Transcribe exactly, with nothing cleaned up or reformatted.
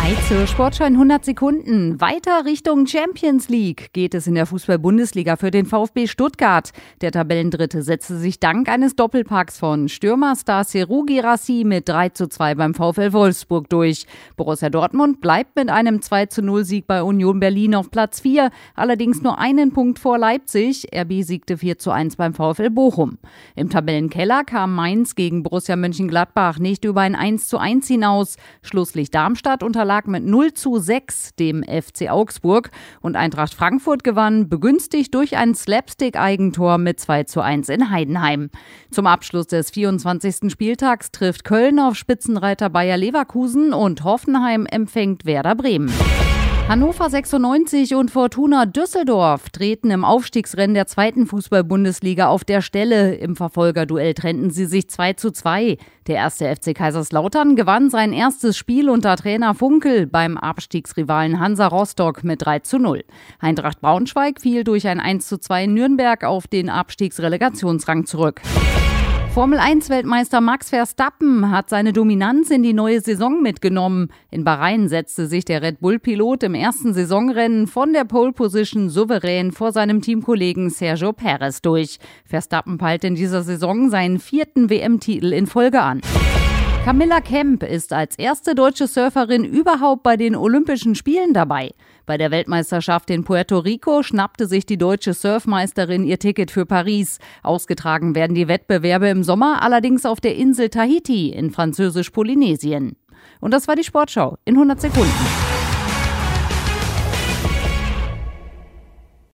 Hi zur Sportschau in hundert Sekunden. Weiter Richtung Champions League geht es in der Fußball-Bundesliga für den VfB Stuttgart. Der Tabellendritte setzte sich dank eines Doppelpacks von Stürmerstar Serhou Guirassy mit drei zu zwei beim VfL Wolfsburg durch. Borussia Dortmund bleibt mit einem zwei zu null Sieg bei Union Berlin auf Platz vier, allerdings nur einen Punkt vor Leipzig. R B siegte vier zu eins beim VfL Bochum. Im Tabellenkeller kam Mainz gegen Borussia Mönchengladbach nicht über ein eins zu eins hinaus. Schlusslicht Darmstadt unterlag mit null zu sechs dem F C Augsburg und Eintracht Frankfurt gewann, begünstigt durch ein Slapstick-Eigentor mit zwei zu eins in Heidenheim. Zum Abschluss des vierundzwanzigsten Spieltags trifft Köln auf Spitzenreiter Bayer Leverkusen und Hoffenheim empfängt Werder Bremen. Hannover sechsundneunzig und Fortuna Düsseldorf treten im Aufstiegsrennen der zweiten Fußball-Bundesliga auf der Stelle. Im Verfolgerduell trennten sie sich zwei zu zwei. Der erste F C Kaiserslautern gewann sein erstes Spiel unter Trainer Funkel beim Abstiegsrivalen Hansa Rostock mit drei zu null. Eintracht Braunschweig fiel durch ein eins zu zwei in Nürnberg auf den Abstiegsrelegationsrang zurück. Formel eins Weltmeister Max Verstappen hat seine Dominanz in die neue Saison mitgenommen. In Bahrain setzte sich der Red Bull-Pilot im ersten Saisonrennen von der Pole Position souverän vor seinem Teamkollegen Sergio Perez durch. Verstappen peilt in dieser Saison seinen vierten W M-Titel in Folge an. Camilla Kemp ist als erste deutsche Surferin überhaupt bei den Olympischen Spielen dabei. Bei der Weltmeisterschaft in Puerto Rico schnappte sich die deutsche Surfmeisterin ihr Ticket für Paris. Ausgetragen werden die Wettbewerbe im Sommer allerdings auf der Insel Tahiti in Französisch-Polynesien. Und das war die Sportschau in hundert Sekunden.